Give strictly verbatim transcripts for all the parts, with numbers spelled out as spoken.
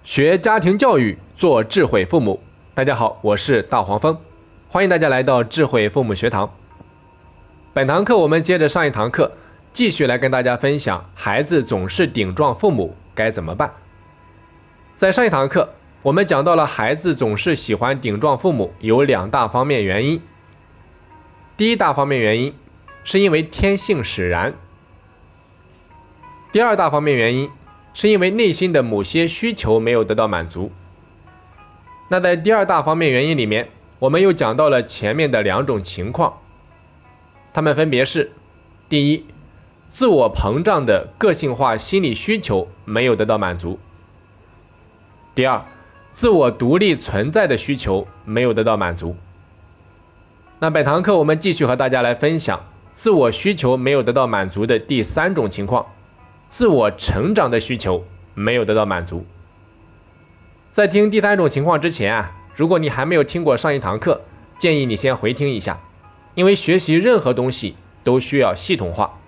学家庭教育，做智慧父母。大家好，我是大黄蜂，欢迎大家来到智慧父母学堂。本堂课我们接着上一堂课，继续来跟大家分享孩子总是顶撞父母该怎么办。在上一堂课，我们讲到了孩子总是喜欢顶撞父母有两大方面原因。第一大方面原因是因为天性使然，第二大方面原因是因为内心的某些需求没有得到满足。那在第二大方面原因里面，我们又讲到了前面的两种情况，它们分别是：第一，自我膨胀的个性化心理需求没有得到满足；第二，自我独立存在的需求没有得到满足。那本堂课我们继续和大家来分享自我需求没有得到满足的第三种情况，自我成长的需求没有得到满足。在听第三种情况之前啊，如果你还没有听过上一堂课，建议你先回听一下，因为学习任何东西都需要系统化。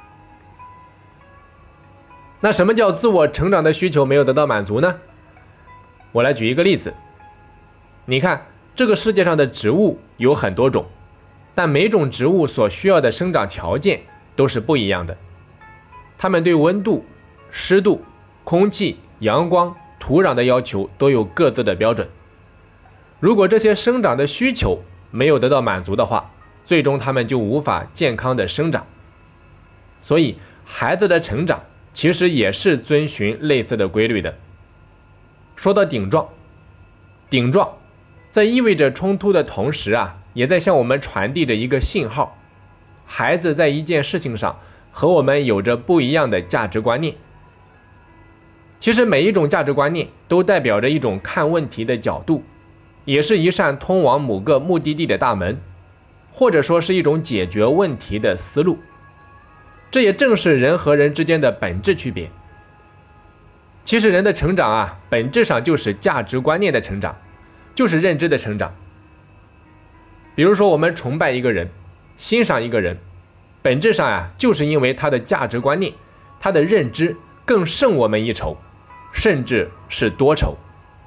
那什么叫自我成长的需求没有得到满足呢？我来举一个例子。你看，这个世界上的植物有很多种，但每种植物所需要的生长条件都是不一样的。它们对温度、湿度、空气、阳光、土壤的要求都有各自的标准。如果这些生长的需求没有得到满足的话，最终它们就无法健康的生长。所以孩子的成长其实也是遵循类似的规律的。说到顶撞，顶撞在意味着冲突的同时啊，也在向我们传递着一个信号：孩子在一件事情上和我们有着不一样的价值观念。其实每一种价值观念都代表着一种看问题的角度，也是一扇通往某个目的地的大门，或者说是一种解决问题的思路。这也正是人和人之间的本质区别。其实人的成长啊，本质上就是价值观念的成长，就是认知的成长。比如说我们崇拜一个人，欣赏一个人，本质上啊，就是因为他的价值观念，他的认知更胜我们一筹，甚至是多筹。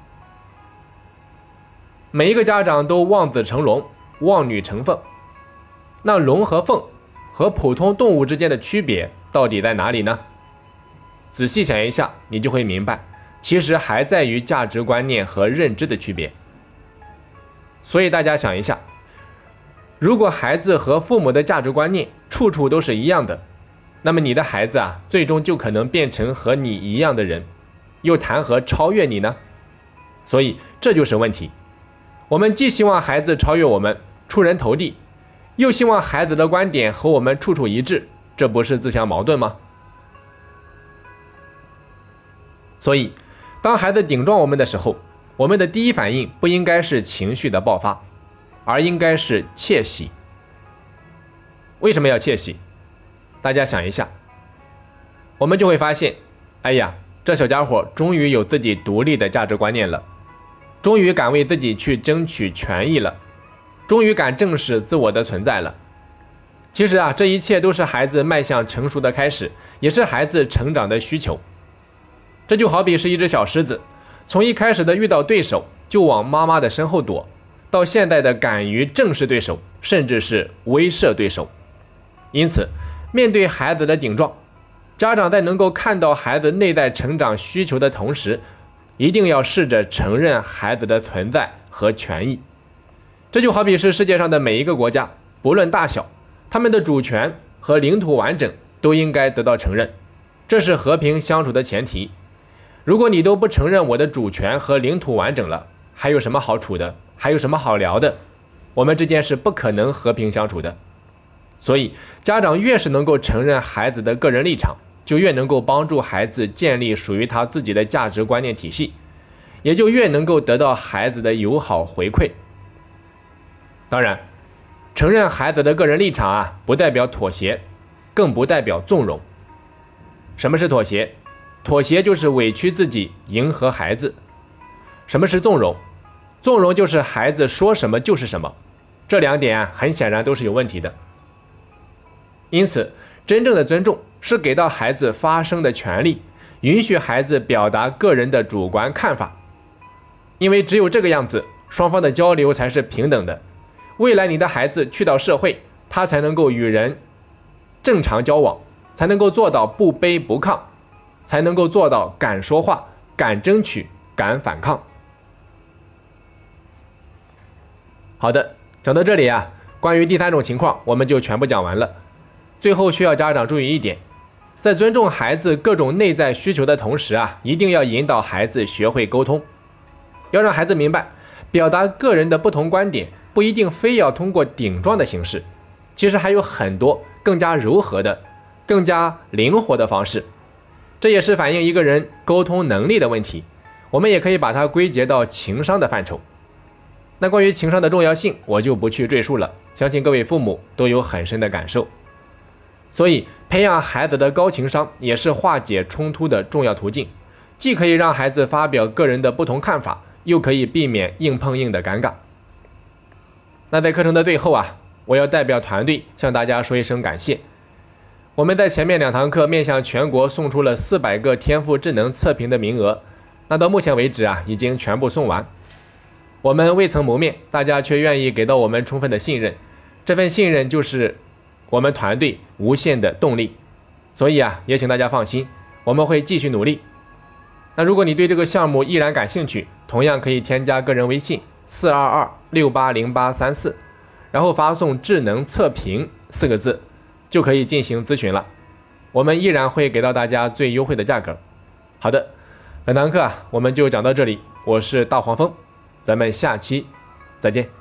每一个家长都望子成龙，望女成凤。那龙和凤和普通动物之间的区别到底在哪里呢？仔细想一下，你就会明白，其实还在于价值观念和认知的区别。所以大家想一下，如果孩子和父母的价值观念处处都是一样的，那么你的孩子啊，最终就可能变成和你一样的人，又谈何超越你呢？所以这就是问题。我们既希望孩子超越我们，出人头地，又希望孩子的观点和我们处处一致，这不是自相矛盾吗？所以当孩子顶撞我们的时候，我们的第一反应不应该是情绪的爆发，而应该是窃喜。为什么要窃喜？大家想一下，我们就会发现，哎呀，这小家伙终于有自己独立的价值观念了，终于敢为自己去争取权益了，终于敢正视自我的存在了。其实啊，这一切都是孩子迈向成熟的开始，也是孩子成长的需求。这就好比是一只小狮子，从一开始的遇到对手就往妈妈的身后躲，到现在的敢于正视对手，甚至是威慑对手。因此面对孩子的顶撞，家长在能够看到孩子内在成长需求的同时，一定要试着承认孩子的存在和权益。这就好比是世界上的每一个国家，不论大小，他们的主权和领土完整都应该得到承认，这是和平相处的前提。如果你都不承认我的主权和领土完整了，还有什么好处的？还有什么好聊的？我们之间是不可能和平相处的。所以家长越是能够承认孩子的个人立场，就越能够帮助孩子建立属于他自己的价值观念体系，也就越能够得到孩子的友好回馈。当然，承认孩子的个人立场啊，不代表妥协，更不代表纵容。什么是妥协？妥协就是委屈自己迎合孩子。什么是纵容？纵容就是孩子说什么就是什么。这两点啊，很显然都是有问题的。因此真正的尊重是给到孩子发声的权利， 允许孩子表达个人的主观看法，因为只有这个样子，双方的交流才是平等的。未来你的孩子去到社会，他才能够与人正常交往，才能够做到不卑不亢，才能够做到敢说话、敢争取、敢反抗。好的，讲到这里啊，关于第三种情况我们就全部讲完了。最后需要家长注意一点，在尊重孩子各种内在需求的同时啊，一定要引导孩子学会沟通，要让孩子明白，表达个人的不同观点不一定非要通过顶撞的形式，其实还有很多更加柔和的、更加灵活的方式。这也是反映一个人沟通能力的问题，我们也可以把它归结到情商的范畴。那关于情商的重要性，我就不去赘述了，相信各位父母都有很深的感受。所以培养孩子的高情商也是化解冲突的重要途径，既可以让孩子发表个人的不同看法，又可以避免硬碰硬的尴尬。那在课程的最后啊，我要代表团队向大家说一声感谢。我们在前面两堂课面向全国送出了四百个天赋智能测评的名额，那到目前为止啊，已经全部送完。我们未曾谋面，大家却愿意给到我们充分的信任，这份信任就是我们团队无限的动力。所以啊，也请大家放心，我们会继续努力。那如果你对这个项目依然感兴趣，同样可以添加个人微信四二二六八零八三四，然后发送智能测评四个字，就可以进行咨询了。我们依然会给到大家最优惠的价格。好的，本堂课啊，我们就讲到这里，我是大黄蜂，咱们下期再见。